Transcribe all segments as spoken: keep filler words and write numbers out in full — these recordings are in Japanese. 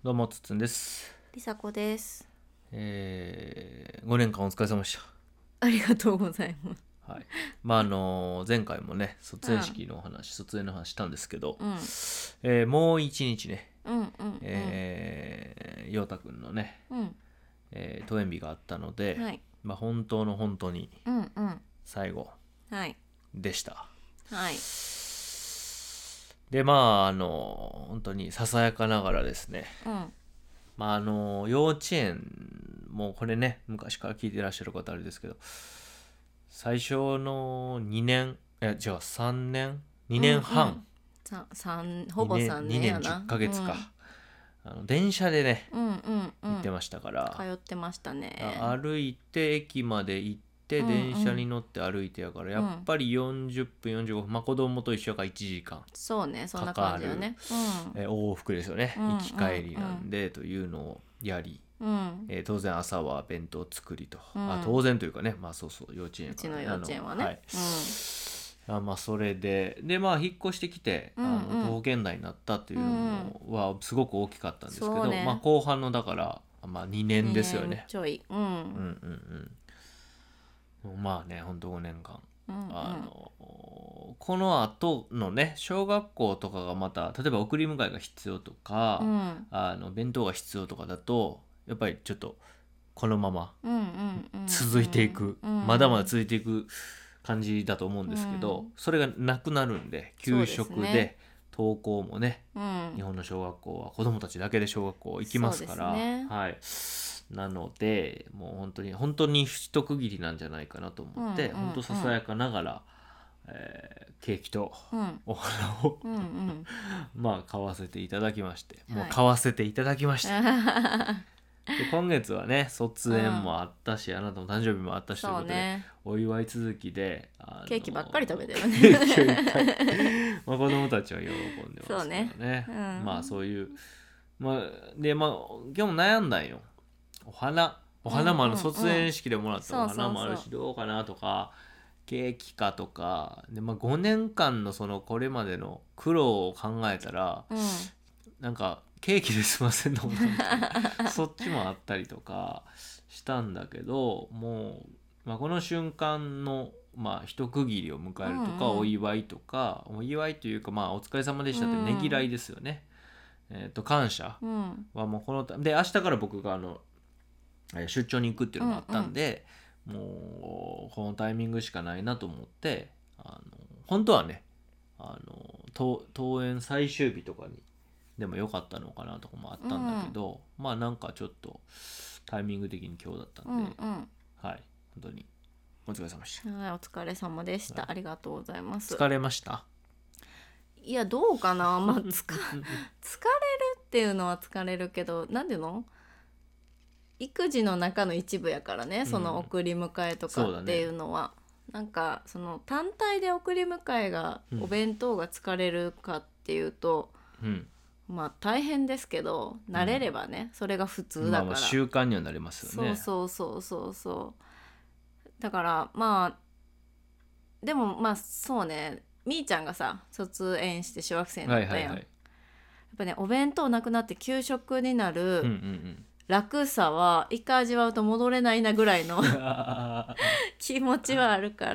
どうもつっつんです、 りさこです。 えー、ごねんかんお疲れ様でしありがとうございます。 た。はい。まああの前回もね卒園うん式のお話卒園の話したんですけど、 うんえーもう一日ね、 うんうんえー、陽太くんのね、 うんえー、登園日があったので、 はい。 まあ本当の本当にうんうん最後はいでした。 はい。 でまああの本当にささやかながらですね、 うんまああの幼稚園もうこれね昔から聞いてらっしゃる方あれですけど、最初のにねん、いや違うさんねんう 2 んうん年半さ三ほぼ 2年三 2年10 年やな。 ヶ月か、 うんあの電車でねうんうんうん行ってましたから、 通ってましたね。 あ歩いて駅まで行ってうん電うん車に乗って歩いてやから、やっうんぱりよんじゅっぷんよんじゅうごふん、まあ子供と一緒やからいちじかんそうね、そんかなかる、 感じよね。うんえー往復ですよね、 うん行き帰りなんでというのをやり、 うんうんえー当然朝は弁当作りと、 うんあ当然というかね、まあそうそう幼稚園やからね、 うちの幼稚園はね。 あのはい、あまあそれででまあ引っ越してきて、 うんあのうん徒歩圏内になったっていうのもはすごく大きかったんですけど、 そうねまあ後半のだからまあにねんですよにねんね。 ちょい。うんうんうんうん。まあねほんとごねんかん、 うんうんあのこの後のね小学校とかがまた例えば送り迎えが必要とか、 うんあの弁当が必要とかだとやっぱりちょっとこのままうんうんうん続いていく、 うんまだまだ続いていく感じだと思うんですけど、 うんそれがなくなるんで給食そうですでね登校もね、 うん日本の小学校は子どもたちだけで小学校行きますから、 そうですねはい、なのでもう本当に本当に一区切りなんじゃないかなと思って、 うんうんうん本当ささやかながら、えーケーキとうんお花をうんうんまあ買わせていただきまして、もうはい買わせていただきました。 あで今月はね卒園もあったし、あなたの誕生日もあったしということで、 そうねお祝い続きで、あのケーキばっかり食べてるねケーキをいっぱいまあ子供たちは喜んでますからね。 そうねうんまあそういう、まあでまあ今日も悩んだんよ。お花お花もあのうんうんうん卒園式でもらったお花もあるそうそうしどうかなとか、ケーキかとかで、まあ、ごねんかんのそのこれまでの苦労を考えたら、 うんなんかケーキで済ませんのもなんかそっちもあったりとかしたんだけど、もう、まあ、この瞬間の、まあ、一区切りを迎えるとか、 うんうんお祝いとかお祝いというか、まあ、お疲れ様でしたってねぎらいですよね、えー、と感謝うんはもうこのたで明日から僕があのえー出張に行くっていうのもあったんで、もうこのタイミングしかないなと思って、あの本当はねあの登登園最終日とかにでもよかったのかなとかもあったんだけど、まあなんかちょっとタイミング的に今日だったうんんで、 うんはい本当にお疲れ様でした。 はいお疲れ様でした、 はいありがとうございます。 疲れました？ いやどうかなまあ疲疲れるっていうのは疲れるけど、なんていうの、育児の中の一部やからね、その送り迎えとかっていうのは、なんかその単体で送り迎えが、 うんお弁当が疲れるかっていうと、 うんまあ大変ですけど慣れればね、それが普通だから、 まあまあ習慣にはなりますよね。 そうそうそうそうそうだからまあでもまあそうね、みーちゃんがさ卒園して小学生になったやん、 はいはいはい。 やっぱねお弁当なくなって給食になうんうるん楽さは一回味わうと戻れないなぐらいのうん。 気持ちはあるから、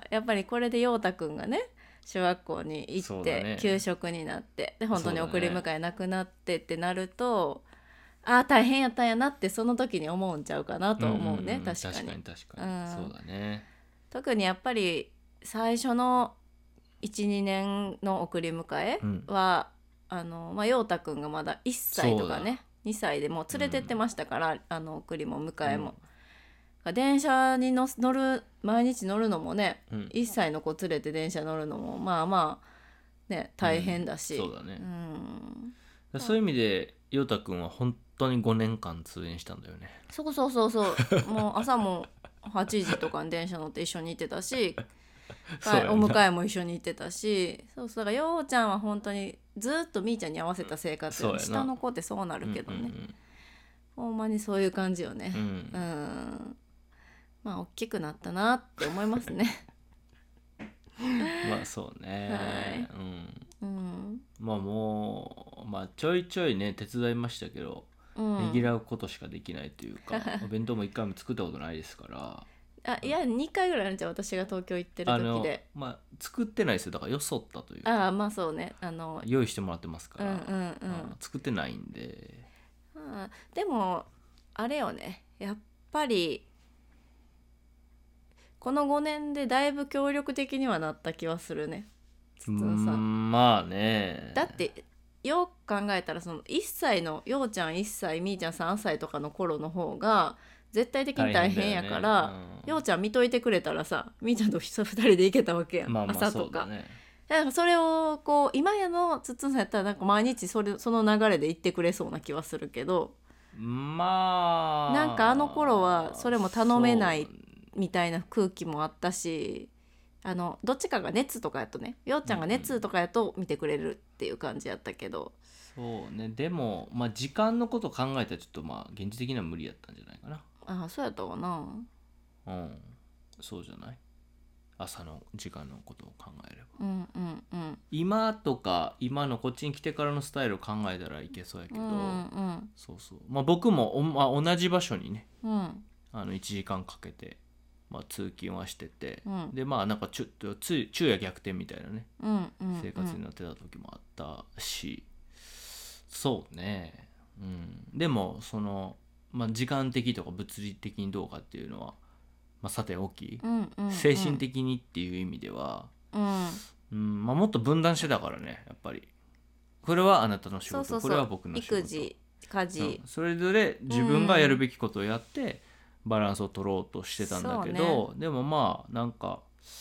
やっぱりこれで陽太くんがね小学校に行って、 そうだね給食になってで本当にそうだね送り迎えなくなってってなると、ああ大変やったんやなってその時に思うんちゃうかなと思うね、 んんん確かに確かに確かに、 うんそうだね。 特にやっぱり最初の いち,に 年の送り迎えは、あのまあ、陽太くんがまだいっさいとかねにさいでもう連れてってましたから、あの送りも迎えも、電車にの乗る毎日乗るのもね、 うんいっさいの子連れて電車乗るのもまあまあね大変だし、 うんそうだねうんそういう意味で陽太くんは本当にごねんかん通園したんだよね。 そうそうそうそうもう朝もはちじとかに電車乗って一緒に行ってたしそうやなお迎えも一緒に行ってたし、そうそうだからようちゃんは本当にずっとみーちゃんに合わせた生活、 そうやな下の子ってそうなるけどね、 うんうんほんまにそういう感じよね。 うんうんうんまあ大きくなったなって思いますね。 まあそうね、 はいうんうんまあもう、まあ、ちょいちょいね手伝いましたけど、 うん、 ねぎらうことしかできないというかお弁当も一回も作ったことないですから。 あいやにかいぐらいあるんじゃん私が東京行ってるあの時で。 まあ作ってないですよ。だからよそったというああかまあそうねあの用意してもらってますから、 うんうんうん、 あ作ってないんで。 あでもあれよねやっぱりこのごねんでだいぶ協力的にはなった気はするねつつうーんさん。 んまあね。 だってよく考えたらそのいっさいのようちゃんいっさいみーちゃんさんさいとかの頃の方が絶対的に大変やから、 うん、 ようちゃん見といてくれたらさみーちゃんとふたりで行けたわけやん、 まあまあ朝とか。 そうだね。 だからそれをこう今やのつっつんさんやったらなんか毎日それその流れで行ってくれそうな気はするけど、 まあなんかあの頃はそれも頼めないみたいな空気もあったし、あのどっちかが熱とかやとねようちゃんが熱とかやと見てくれるっていう感じやったけど、 そうね。でもまあ時間のこと考えたらちょっとまあ現実的には無理やったんじゃないかな。 ああそうやったかな。 うんそうじゃない。朝の時間のことを考えれば、 うんうんうん今とか今のこっちに来てからのスタイルを考えたらいけそうやけど、 うんうんそうそう、まあ、僕もお、まあ、同じ場所にねうんあのいちじかんかけて、まあ、通勤はしてて、 うんでまあなんかちょっとつ昼夜逆転みたいなねうんうん生活になってた時もあったし、そうね、うん、でもその、まあ、時間的とか物理的にどうかっていうのは、まあ、さておき、 うんうんうん精神的にっていう意味では、 うんうんまあ、もっと分断してたからねやっぱり。これはあなたの仕事、 そうそうそうこれは僕の仕事、 育児家事、 うん、それぞれ自分がやるべきことをやってバランスを取ろうとしてたんだけど、 そうでもまあなんか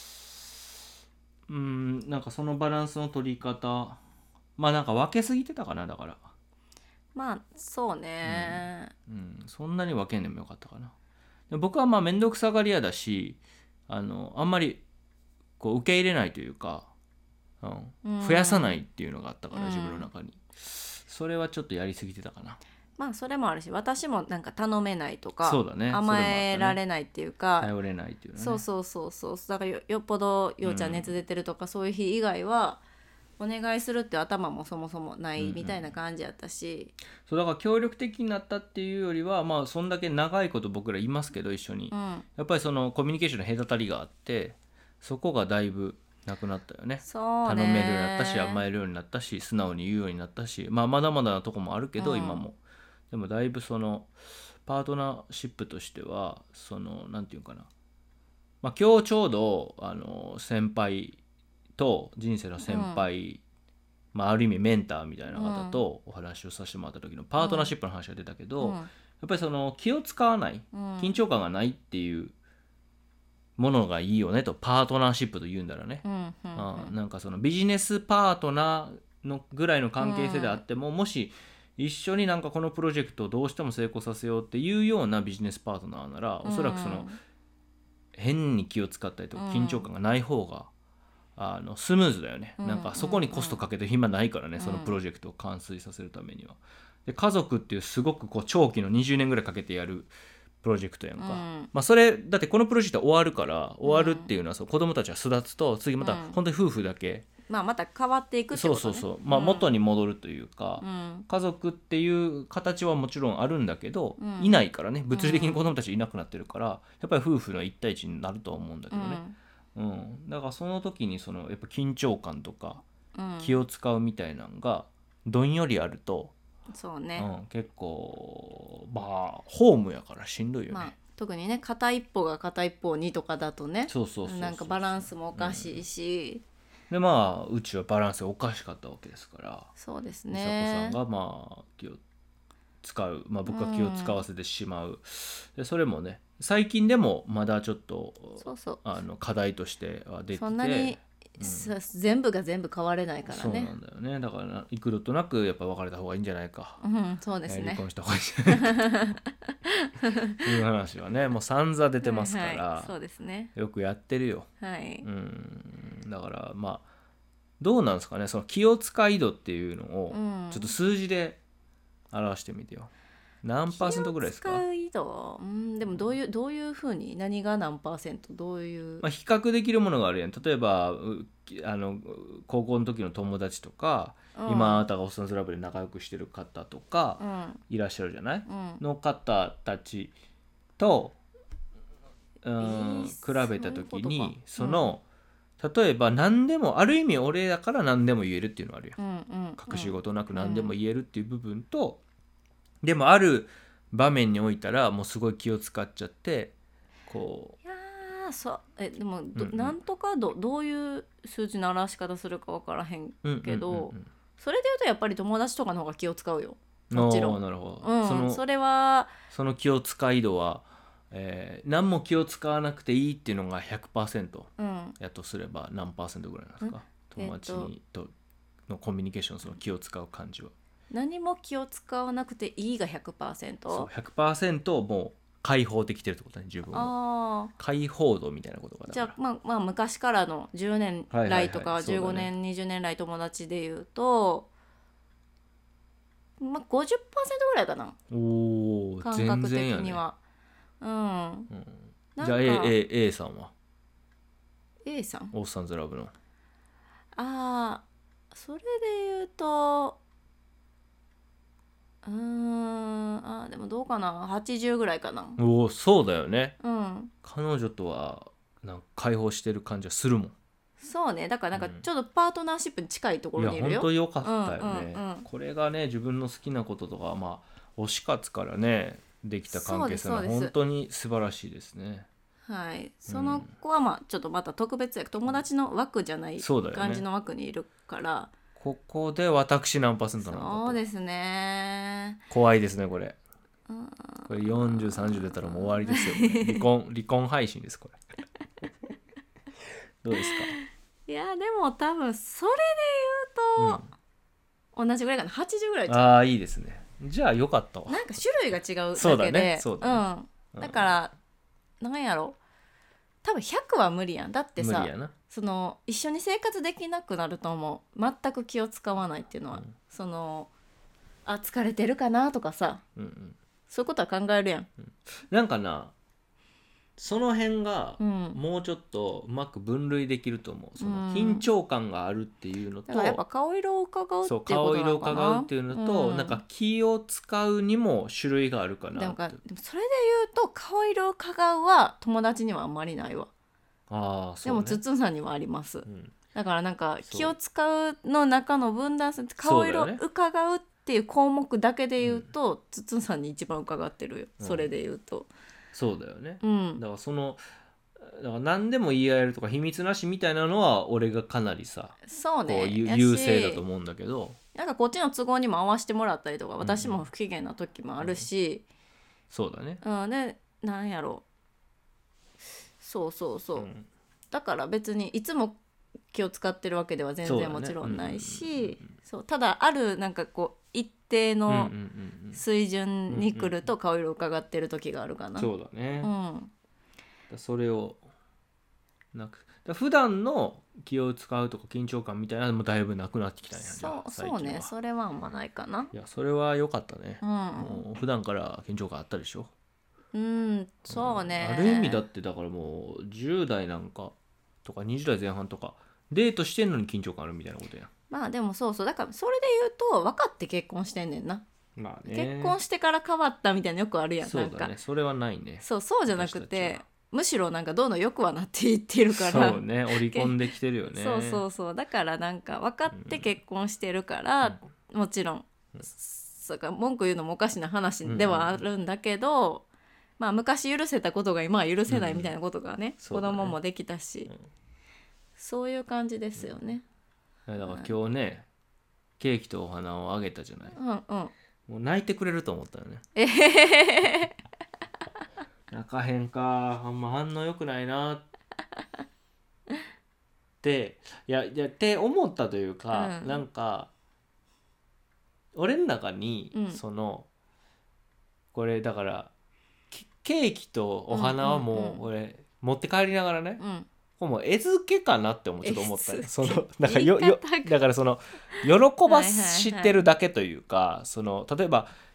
うんなんかそのバランスの取り方まあなんか分けすぎてたかな。だから、 まあそうね、 うん、そんなに分けんでもよかったかな。で僕はまあ面倒くさがり屋だし、あのあんまりこう受け入れないというか、うん、増やさないっていうのがあったから、 うん自分の中にそれはちょっとやりすぎてたかな。 まあそれもあるし私もなんか頼めないとかそうだね、 甘えられないっていうか、 頼れないっていうのね。 そうそうそうそうだから よ, よっぽどようちゃん熱出てるとか、そういう日以外はお願いするっていう頭もそもそもないみたいな感じやったし、 そうだから協力的になったっていうよりはまあそんだけ長いこと僕らいますけど一緒に、 うん、 やっぱりそのコミュニケーションの隔たりがあってそこがだいぶなくなったよね。 そうね頼めるようになったし甘えるようになったし素直に言うようになったし、まあまだまだなとこもあるけど、 うん今もでもだいぶそのパートナーシップとしてはそのなんていうかな、まあ、今日ちょうどあの先輩と人生の先輩、まあ、ある意味メンターみたいな方とお話をさせてもらった時のパートナーシップの話が出たけど、 うんやっぱりその気を使わないうん緊張感がないっていうものがいいよねと、パートナーシップと言うんだらね、 うんうんうんあなんかそのビジネスパートナーのぐらいの関係性であっても、もし一緒になんかこのプロジェクトをどうしても成功させようっていうようなビジネスパートナーなら、おそらくその変に気を使ったりとか緊張感がない方があのスムーズだよね、 うんなんかそこにコストかけて暇ないからね、そのプロジェクトを完遂させるためには。で家族っていうすごくこう長期のにじゅうねんぐらいかけてやるプロジェクトやんか、 うんまあ、それだってこのプロジェクトは終わるから終わるっていうのはそう子供たちが巣立つと次また本当に夫婦だけ、 まあまた変わっていくってそうことね。 そうそう、まあ、元に戻るというか、 うん家族っていう形はもちろんあるんだけど、 うんいないからね物理的に子供たちいなくなってるから、やっぱり夫婦の一対一になるとは思うんだけどね、うんだからその時にそのやっぱ緊張感とかうん気を使うみたいなのがどんよりあると、 そうね、 うん、結構まあホームやからしんどいよね、 まあ、特にね片一方が片一方にとかだとねそうそうそうそうなんかバランスもおかしいし、 でまあうちはバランスがおかしかったわけですからそうです美佐子ねさんがまあ気を使う、まあ、僕が気を使わせてしまう、でそれもね最近でもまだちょっとそうそうあの課題としては出てて、 そんなに、さ全部が全部変われないからそうなねんだよね。だから幾度となくやっぱ別れた方がいいんじゃないか、 うんそうです離ね婚した方がいいんじゃないかっていう話はねもう散々出てますから、 はいはい、そうですねよくやってるよ。 はい、 うんだからまあどうなんですかね、その気を使い度っていうのをうんちょっと数字で表してみてよ。何パーセントぐらいですか？ 気を使い度、うん、でもどういうどういうふうに何が何パーセントどういう、 まあ、比較できるものがあるやん。例えばあの高校の時の友達とか、うん、今あなたがおっさんずラブで仲良くしてる方とか、うん、いらっしゃるじゃない、うん、の方たちと、うん、比べた時にその、うん、例えば何でもある意味俺だから何でも言えるっていうのがあるやん、うんうんうん、隠し事なく何でも言えるっていう部分と、うん、でもある場面においたらもうすごい気を使っちゃってこう、 いやそうえでも、うんうん、なんとか ど, どういう数字の表し方するか分からへんけど、うんうんうんうん、それでいうとやっぱり友達とかの方が気を使うよ、もちろん。 なるほど、 うん、そ, それはその気を使い度は、えー、何も気を使わなくていいっていうのが ひゃくパーセント やとすれば何パーセントぐらいなんですか、うん、友達にとのコミュニケーション、その気を使う感じは。 何も気を使わなくていいが ひゃくパーセント？ そう ひゃくパーセント もう解放できてるってことね、自分を。解放度みたいなことがだから。 じゃあ、まあ、まあ昔からのじゅうねん来とかじゅうごねん、にじゅうねん来友達でいうと、まあ、ごじゅっパーセント ぐらいかな。 おー、 感覚的には、ね、うん、うん、 じゃあ A, A, A さんは A さんオーサンズラブの、 あーそれで言うとうーんあでもどうかな、はちじゅうぐらいかな。 おお、そうだよね、 うん、 彼女とはなんか解放してる感じはするもん。 そうね、だからなんかちょっとパートナーシップに近いところにいるよ。 いや本当良かったよね、うんうんうん、これがね自分の好きなこととか、まあ推し活からねできた関係性は本当に素晴らしいですね。 はい、その子はまあちょっとまた特別や、友達の枠じゃない感じの枠にいるから、ね、 ここで私何パーセントなのかと。 そうですね、 怖いですねこれ。これよんじゅう、さんじゅう出たらもう終わりですよ、ね、離婚離婚配信ですこれどうですか。 いやでも多分それで言うと、うん、同じぐらいかな、はちじゅうぐらい。 ああいいですね、じゃあよかったわ。 なんか種類が違うだけで、 そうだねそうだね、 うん、だからなんやろ、多分ひゃくは無理やん。だってさ、その一緒に生活できなくなると思う、全く気を使わないっていうのは、うん、そのあ疲れてるかなとかさ、うんうん、そういうことは考えるやん、うん、 なんかなその辺がもうちょっとうまく分類できると思う、うん、その緊張感があるっていうのと、 だからやっぱ顔色を伺うっていうことなのかな。 そう顔色を伺うっていうのと、うん、なんか気を使うにも種類があるかなって。 でもかでもそれで言うと顔色を伺うは友達にはあんまりないわ。 あ、そうね、 でもつつんさんにはあります、うん、だからなんか気を使うの中の分断する顔色を伺うっていう項目だけで言うと、うん、つつんさんに一番伺ってるよ、うん、それで言うと。 そうだよね、うん、だからそのだから何でも言い合えるとか秘密なしみたいなのは俺がかなりさ、 そうね、 こう優勢だと思うんだけど、 なんかこっちの都合にも合わせてもらったりとか、私も不機嫌な時もあるし、うん、 そうだね、 うん、でなんやろそうそうそう、うん、だから別にいつも気を使ってるわけでは全然もちろんないし、そうただあるなんかこう一定の水準に来ると顔色を伺ってる時があるかな。 そうだね、うん、だそれをなくだ普段の気を使うとか緊張感みたいなのもだいぶなくなってきたんや。 そうそうね、それはあんまないかな。 いやそれは良かったね、うん、もう普段から緊張感あったでしょ。 うんそうね、 うん、ある意味だってだからもうじゅう代なんかとかにじゅう代前半とかデートしてんのに緊張感あるみたいなことやん。 まあでもそうそう、だからそれで言うと分かって結婚してんねんな、まあね、結婚してから変わったみたいなよくあるやん。 そうだね、なんかそれはないね。 そうそうじゃなくてむしろなんかどんどん良くはなっていってるからそうね、織り込んできてるよねそうそうそう、だからなんか分かって結婚してるから、うん、もちろん、うん、そうか文句言うのもおかしな話ではあるんだけど、うんうん、まあ昔許せたことが今は許せないみたいなことがね、うん、子供もできたし、うん、そういう感じですよね、 うん、だから今日ね、はい、ケーキとお花をあげたじゃない、 うんうん、もう泣いてくれると思ったよね。 えへへへ泣かへんか、あんま反応良くないなっていやいやって思ったというか、うん、なんか俺の中に、うん、そのこれだからケーキとお花はもう俺持って帰りながらね、うん、もう餌付けかなって思ちょっと思ったね。そのなんかよよだからその喜ばしてるだけというか、はいはいはい、その例えば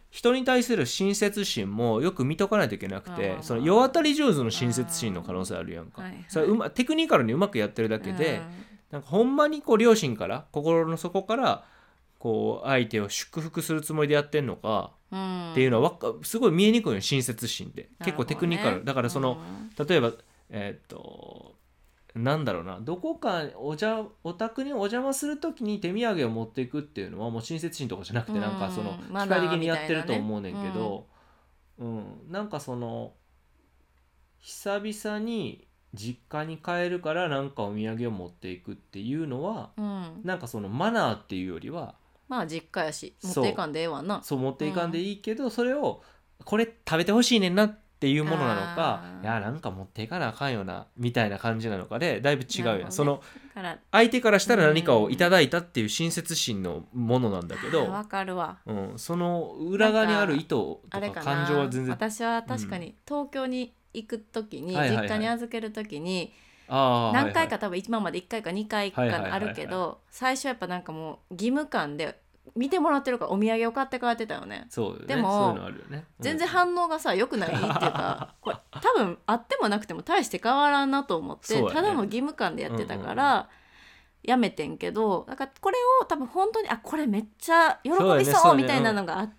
人に対する親切心もよく見とかないといけなくて、その世渡り上手の親切心の可能性あるやんか、はいはい、それう、ま、テクニカルにうまくやってるだけで、なんかほんまにこう両親から心の底からこう相手を祝福するつもりでやってんのかっていうのはすごい見えにくいよ、親切心で結構テクニカル、ね、だからその、うん、例えばえー、っとなんだろうな、どこかおじゃお宅にお邪魔するときに手土産を持っていくっていうのはもう親切心とかじゃなくて、なんかその機械的にやってると思うねんけど、うん、なんかその久々に実家に帰るからなんかお土産を持っていくっていうのは、うん、なんかそのマナーっていうよりは、 まあ実家やし持っていかんでええわな、 そう持っていかんでいいけど、うん、それをこれ食べてほしいねんなっていうものなのか、いやなんか持っていかなあかんよなみたいな感じなのかでだいぶ違うやん、ね、その相手からしたら何かをいただいたっていう親切心のものなんだけど、 わかるわ、 うん、その裏側にある意図とか感情は全然、 私は確かに東京に行く時に、うん、実家に預ける時に、はいはいはい、何回か多分今までいっかいかにかいかあるけど、はいはいはいはい、最初やっぱなんかもう義務感で見てもらってるからお土産を買って帰ってたよね。 そうよね、 でもそういうのあるよね、 うん、全然反応がさ良くないっていうかこれ多分あってもなくても大して変わらんなと思って、ね、ただの義務感でやってたから、うんうん、やめてんけど、だからこれを多分本当にあこれめっちゃ喜びそう、そう、ね、みたいなのがあって、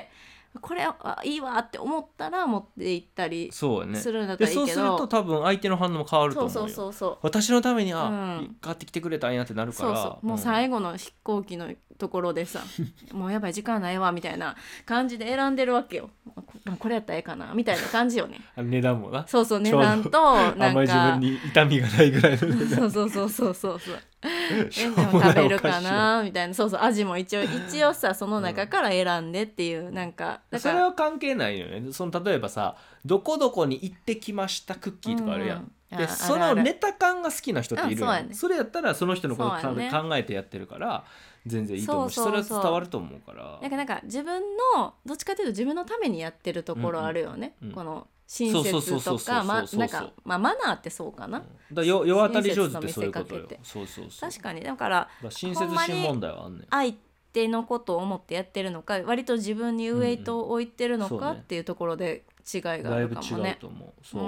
うん、これあいいわって思ったら持って行ったりするんだったらいいけど、そう、ね、 そうすると多分相手の反応も変わると思うよ。 そうそうそうそう、 私のためにあ、うん、買ってきてくれたんやってなるから、 そうそう、もう最後の飛行機のところでさもうやばい時間ないわみたいな感じで選んでるわけよ。これやったらええかなみたいな感じよね値段もな、 そうそう、値段となんかあんまり自分に痛みがないぐらいの値段そうそうそうそうそうえでも食べるかなみたいな、そうそう、味も一応一応さその中から選んでっていう、なんかだからそれは関係ないよね。その例えばさどこどこに行ってきましたクッキーとかあるやん、うんうん、でそのネタ感が好きな人っているやん、うん そ, ね、それやったらその人のことを、ね、考えてやってるから全然いいと思うし、それは伝わると思うから、 なんかなんか自分のどっちかというと自分のためにやってるところあるよね、うんうん、この親切とかマナーってそうかな、うん、 だ世渡り上手ってそういうことよ。そうそうそう、 確かにだから親切心問題はあんねん。 相手のことを思ってやってるのか割と自分にウエイトを置いてるのか、うんうん、っていうところで違いがあるかもね。 だいぶ違うと思う。そう、うん、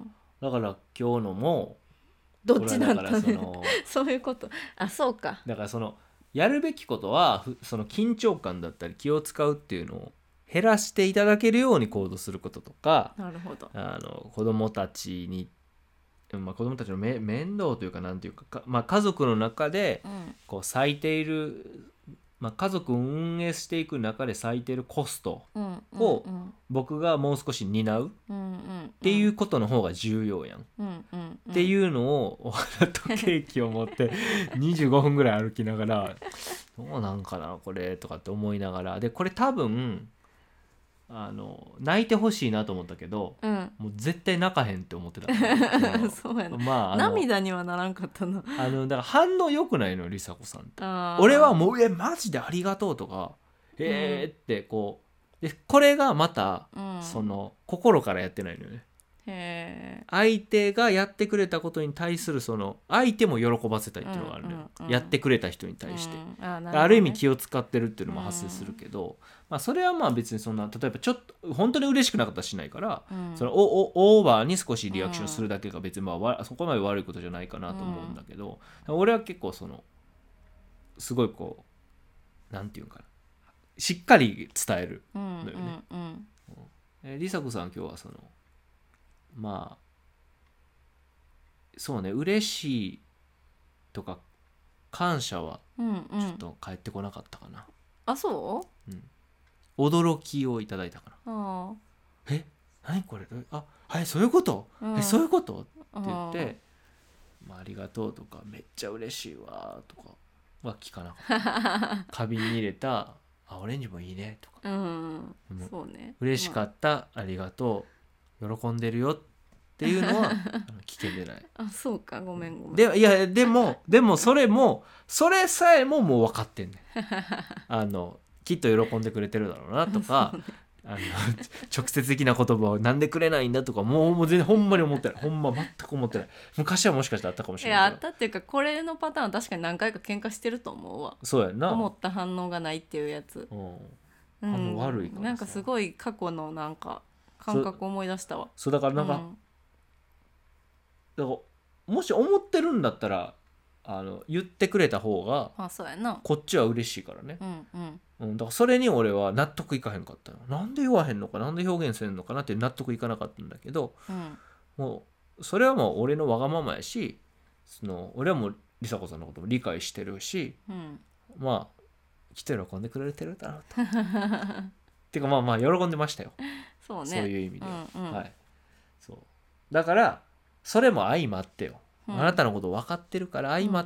だから今日のもどっちなんだねそういうこと、あそうか、 だからそのやるべきことはその緊張感だったり気を使うっていうのを減らしていただけるように行動することとか、 なるほど、 あの子供たちに、まあ、子供たちのめ面倒というかなんていうか、か、まあ、家族の中でこう割いている、まあ、家族を運営していく中で割いているコストを僕がもう少し担うっていうことの方が重要やんっていうのをお花とケーキを持ってにじゅうごふんぐらい歩きながらどうなんかなこれとかって思いながら、でこれ多分あの泣いてほしいなと思ったけど、うん、もう絶対泣かへんって思ってたそうやな、まあ、涙にはならんかったな。 あのだから反応良くないのりさこさんって。俺はもうえマジでありがとうとかえーってこうでこれがまた、うん、その心からやってないのよね。へ相手がやってくれたことに対するその相手も喜ばせたいっていうのがあるのよ、うんうんうん、やってくれた人に対して、うん あ, ね、ある意味気を使ってるっていうのも発生するけど、うんまあ、それはまあ別にそんな例えばちょっと本当に嬉しくなかったらしないから、うん、そのおおオーバーに少しリアクションするだけが別にまあそこまで悪いことじゃないかなと思うんだけど、うん、俺は結構そのすごいこうなんていうかなしっかり伝えるのよね、うんうんうんえー、りさこさん今日はそのまあそうね嬉しいとか感謝はちょっと返ってこなかったかな、うんうん、 あそう、 うん、驚きをいただいたかな。あえ何これあはいそういうこと、うん、えそういうことって言って、まあ、ありがとうとかめっちゃ嬉しいわとかは聞かなかった花瓶に入れたあオレンジもいいねとか、うん、そうね嬉しかった、まあ、ありがとう喜んでるよっていうのは聞けてないあそうかごめんごめんでいやでもでもそれもそれさえももう分かってんねあのきっと喜んでくれてるだろうなとか、ね、あの直接的な言葉をなんでくれないんだとかもうもう全然ほんまに思ってないほんま全く思ってない。昔はもしかしたらあったかもしれないいやあったっていうかこれのパターンは確かに何回か喧嘩してると思うわ。 そうやんな思った反応がないっていうやつ、 うんうん、 反応悪いからさ、 なんかすごい過去のなんか感覚思い出したわ。 そうだからなんか、うん、だからもし思ってるんだったらあの言ってくれた方があそうやなこっちは嬉しいからね、 うんうんうん、だからそれに俺は納得いかへんかったの。なんで言わへんのかなんで表現せんのかなって納得いかなかったんだけど、 うん、 もうそれはもう俺のわがままやし、その俺はもう梨紗子さんのことも理解してるし、 うん、 まあ来て喜んでくれてるだろうとっていうかまあまあ喜んでましたよ。 そうね、 そういう意味では、 うんうん、 はい、そうだからそれも相まってよ、 うん、 あなたのこと分かってるから相まって、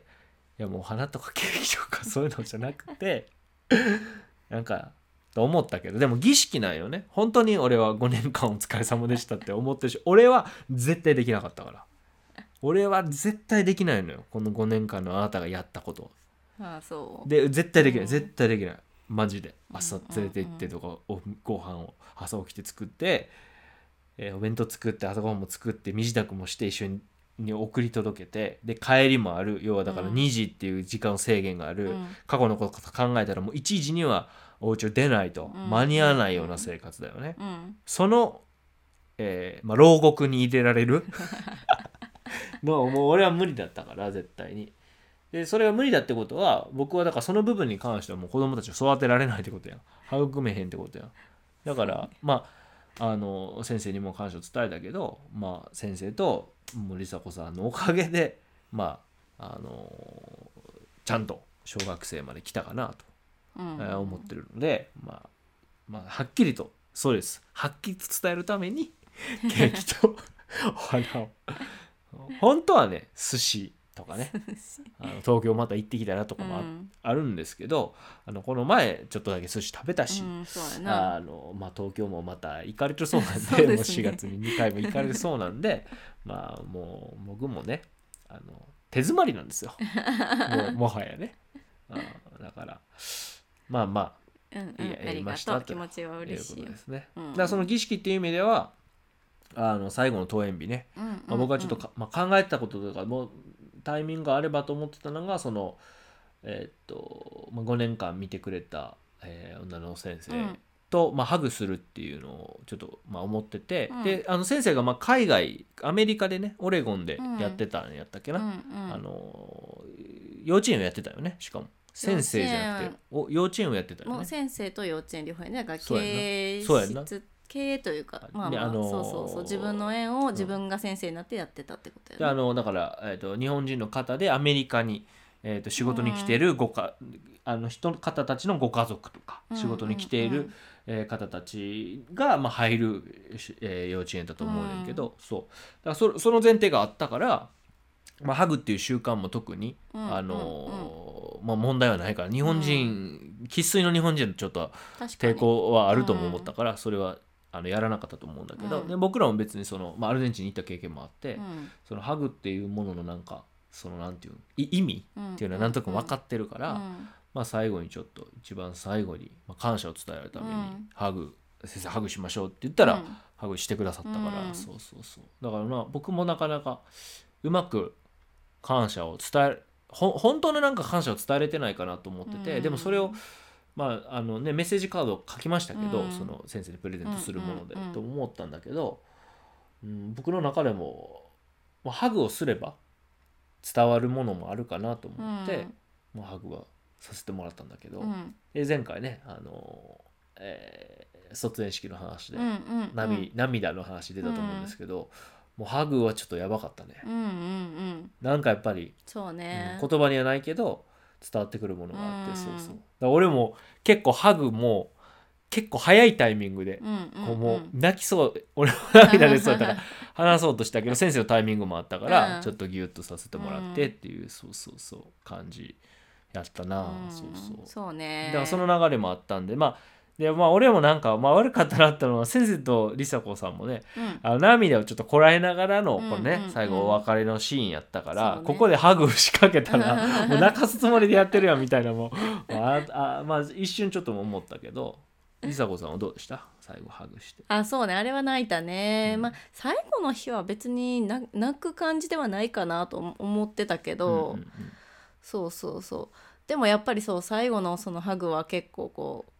うん、いやもう花とかケーキとかそういうのじゃなくてなんかと思ったけど、でも儀式なんよね。本当に俺はごねんかんお疲れ様でしたって思ってるし、俺は絶対できなかったから、俺は絶対できないのよ、このごねんかんのあなたがやったこと。 ああそうで絶対できない、 うん、 絶対できないマジで。朝連れて行ってとか、 うんうんうん、ご飯を朝起きて作って、えー、お弁当作って朝ごはんも作って身支度もして一緒に送り届けて、で帰りもある、要はだからにじっていう時間制限がある、うん、過去のこと考えたらもういちじにはお家を出ないと間に合わないような生活だよね、 うんうん、 その、えーまあ、牢獄に入れられるのもう俺は無理だったから絶対に。でそれが無理だってことは、僕はだからその部分に関してはもう子供たちを育てられないってことやん、育めへんってことやん。だからまああの先生にも感謝を伝えたけど、まあ先生ともう梨紗子さんのおかげでまああのちゃんと小学生まで来たかなと、うんうん、思ってるので、まあ、まあはっきりとそうです、はっきりと伝えるためにケーキとお花を本当はね寿司とかねあの東京また行ってきたらとかも あ,、うん、あるんですけど、あのこの前ちょっとだけ寿司食べたし、うん、そうやな、あの、まあ、東京もまた行かれてそうなんで、ね、もうしがつににかいも行かれてそうなんでまあもう僕もねあの手詰まりなんですよもうもはやね、あだからまあまあ、 うんうん、やりましたと気持ちは嬉しいですね、うんうん、 だからその儀式っていう意味ではあの最後の登園日ね、うんうんうん、まあ、僕はちょっとか、まあ、考えてたこととかもうタイミングがあればと思ってたのがその、えーっとまあ、ごねんかん見てくれた、えー、女の先生と、うんまあ、ハグするっていうのをちょっと、まあ、思ってて、うん、であの先生がまあ海外アメリカでねオレゴンでやってたんやったっけな、うんうん、あの幼稚園をやってたよね。しかも先生じゃなくてお幼稚園をやってたよね。 もう先生と幼稚園両方やね。だから経営室経営というか、まあまあ、あのー、そうそうそう自分の園を自分が先生になってやってたってことやね、 であのだから、えーと、日本人の方でアメリカに、えーと、仕事に来ているごか、うん、あの人方たちのご家族とか、うん、仕事に来ている、うんえー、方たちが、まあ、入る、えー、幼稚園だと思うねんけど、うん、そうだからそ、その前提があったから、まあ、ハグっていう習慣も特に、うんあのーうんまあ、問題はないから日本人生粋、うん、の日本人のちょっと抵抗はあるとも思ったから、それはあのやらなかったと思うんだけど、うん、で僕らも別にその、まあ、アルゼンチンに行った経験もあって、うん、そのハグっていうもののなんかそのなんていう意味っていうのはなんとなく分かってるから、うんうんまあ、最後にちょっと一番最後に、まあ、感謝を伝えるために、うん、ハグ先生ハグしましょうって言ったら、うん、ハグしてくださったから、うん、そうそうそうだからまあ僕もなかなかうまく感謝を伝えるほ本当のなんか感謝を伝えれてないかなと思ってて、うん、でもそれをまああのね、メッセージカードを書きましたけど、うん、その先生にプレゼントするもので、うんうんうん、と思ったんだけど、うん、僕の中でも、まあ、ハグをすれば伝わるものもあるかなと思って、うんまあ、ハグはさせてもらったんだけど、うん、で前回ねあの、えー、卒園式の話で、うんうんうん、涙, 涙の話出たと思うんですけど、うんもうハグはちょっとやばかったね、うんうんうん、なんかやっぱりそうね、 うん、言葉にはないけど伝わってくるものがあって、うん、そうそうだから俺も結構ハグも結構早いタイミングで、うんうんうん、こうもう泣きそう俺も涙出そうだから話そうとしたけど先生のタイミングもあったから、うん、ちょっとギュッとさせてもらってっていう、うん、そうそうそう感じやったな、うん、そうそうそうねだからその流れもあったんでまあでまあ、俺もなんか、まあ、悪かったなってのは先生と梨紗子さんもね、うん、あの涙をちょっとこらえながらのこの、ねうんうんうん、最後お別れのシーンやったから、ね、ここでハグ仕掛けたらもう泣かすつもりでやってるやんみたいなもうああ、まあ、一瞬ちょっとも思ったけど梨紗子さんはどうでした最後ハグしてあそうねあれは泣いたね、うんまあ、最後の日は別に泣く感じではないかなと思ってたけど、うんうんうん、そうそうそうでもやっぱりそう最後のそのハグは結構こう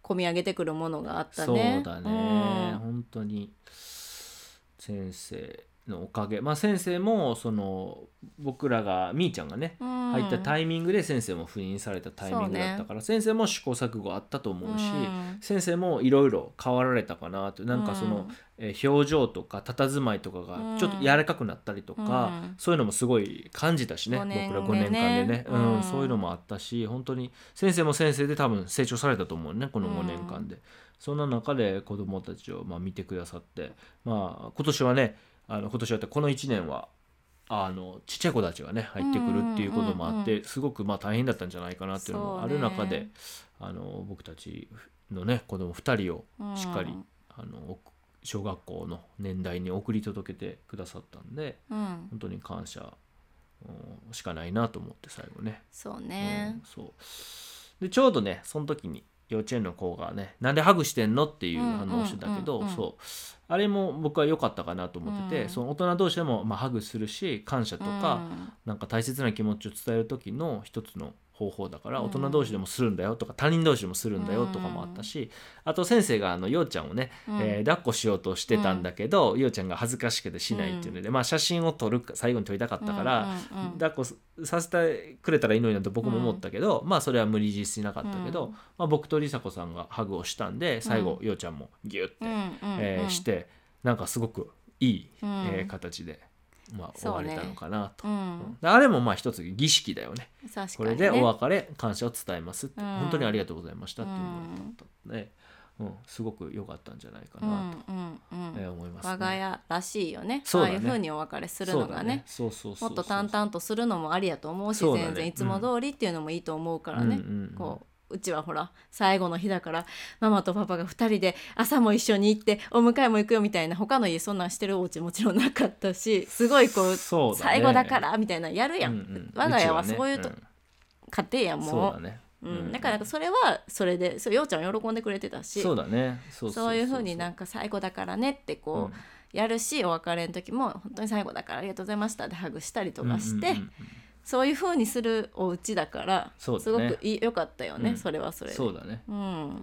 込み上げてくるものがあったね。 そうだね、 うん、 本当に先生のおかげ、まあ先生もその僕らがみーちゃんがね、うん、入ったタイミングで先生も赴任されたタイミングだったから、ね、先生も試行錯誤あったと思うし、うん、先生もいろいろ変わられたかなと、なんかその、うんえー、表情とか佇まいとかがちょっと柔らかくなったりとか、うん、そういうのもすごい感じたしね、ね僕らごねんかんでね、うんうん、そういうのもあったし、本当に先生も先生で多分成長されたと思うねこのごねんかんで、うん、そんな中で子どもたちをまあ見てくださって、まあ、今年はねあの今年はこのいちねんはあのちっちゃい子たちがね入ってくるっていうこともあって、うんうんうんうん、すごくまあ大変だったんじゃないかなっていうのもある中で、あの僕たちのね子供ふたりをしっかり、うん、あの小学校の年代に送り届けてくださったんで、うん、本当に感謝、うん、しかないなと思って最後ね。 そうね、 うん、そうでちょうどねその時に幼稚園の子がねなんでハグしてんのっていう反応をしてたけど、うんうんうんうん、そうあれも僕は良かったかなと思ってて、うん、その大人同士でもまあハグするし感謝とか、うん、なんか大切な気持ちを伝える時の一つの方法だから、大人同士でもするんだよとか他人同士でもするんだよとかもあったし、あと先生があのようちゃんをね、うんえー、抱っこしようとしてたんだけど、うん、ようちゃんが恥ずかしくてしないっていうので、まあ、写真を撮る最後に撮りたかったから、うんうんうん、抱っこさせてくれたらいいのになと僕も思ったけど、うん、まあそれは無理強いしなかったけど、うんまあ、僕と梨紗子さんがハグをしたんで最後、うん、ようちゃんもギュッて、うんえー、してなんかすごくいい、うんえー、形で。まあ、終われたのかなと、ねうん、あれもまあ一つ儀式だよ ね, ねこれでお別れ感謝を伝えますって、うん、本当にありがとうございましたっていうのだったので、うんうん、すごく良かったんじゃないかなと、うんうんうんえー、思いますね。 我が家らしいよね。そうだね、ああいう風にお別れするのがねもっと淡々とするのもありやと思うし、う、ね、全然いつも通りっていうのもいいと思うからね、うんうんうん、こううちはほら最後の日だからママとパパがふたりで朝も一緒に行ってお迎えも行くよみたいな、他の家そんなんしてるお家もちろんなかったし、すごいこう、ね、最後だからみたいなやるやん、うんうん、我が家はそういうと、ねうん、家庭やんもう、そうだねうんうん、だからそれはそれでそうようちゃん喜んでくれてたし、 そうだね、そうそうそうそう、 そういう風になんか最後だからねってこう、うん、やるし、お別れの時も本当に最後だからありがとうございましたってハグしたりとかして、うんうんうんうん、そういう風にするお家だから、ね、すごくいい良かったよね、うん、それはそれで。 そうだね、うん、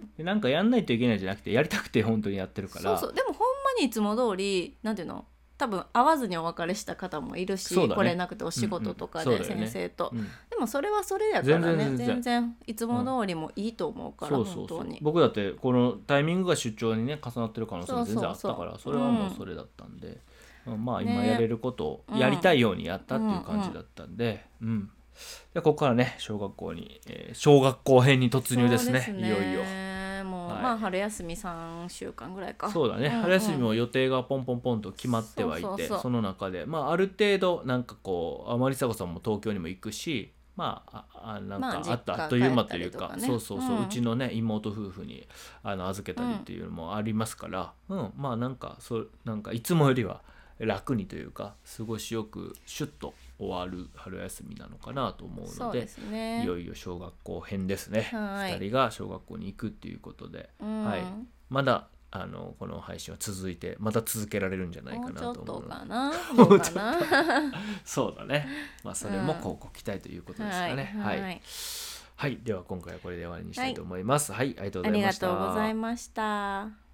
でなんかやんないといけないじゃなくてやりたくて本当にやってるから。 そうそう、でもほんまにいつも通りなんていうの、多分会わずにお別れした方もいるし、ね、来れなくてお仕事とかで先生と、うんうんねうん、でもそれはそれやからね、全然、全然、全然いつも通りもいいと思うから、うん、本当に僕だってこのタイミングが出張にね重なってる可能性も全然あったから、それはもうそれだったんで、うん、まあ今やれることをやりたいようにやったっていう感じだったんで、うん、うんうん、でここからね小学校に、えー、小学校編に突入です ね, ですねいよいよもう、はい、まあ春休みさんしゅうかんぐらいか。 そうだね、うんうん、春休みも予定がポンポンポンと決まってはいて、そうそうそう、その中で、まあ、ある程度なんかこうあまりさこさんも東京にも行くし、まあ、あなんかあったあっという間というか、ね、そうそうそう、うん、うちのね妹夫婦にあの預けたりっていうのもありますから、うんうん、まあなんかそうなんかいつもよりは楽にというか過ごしよくシュッと終わる春休みなのかなと思うの で, そうですね、 いよいよ小学校編ですね。はい、ふたりが小学校に行くっていうことで、うんはい、まだあのこの配信は続いてまた続けられるんじゃないかなと思う。 もうちょっとかなどうかなそうだね、まあ、それもこうご期待ということですかね。はい、はいはい、では今回はこれで終わりにしたいと思います。はい、はい、ありがとうございました。 ありがとうございました。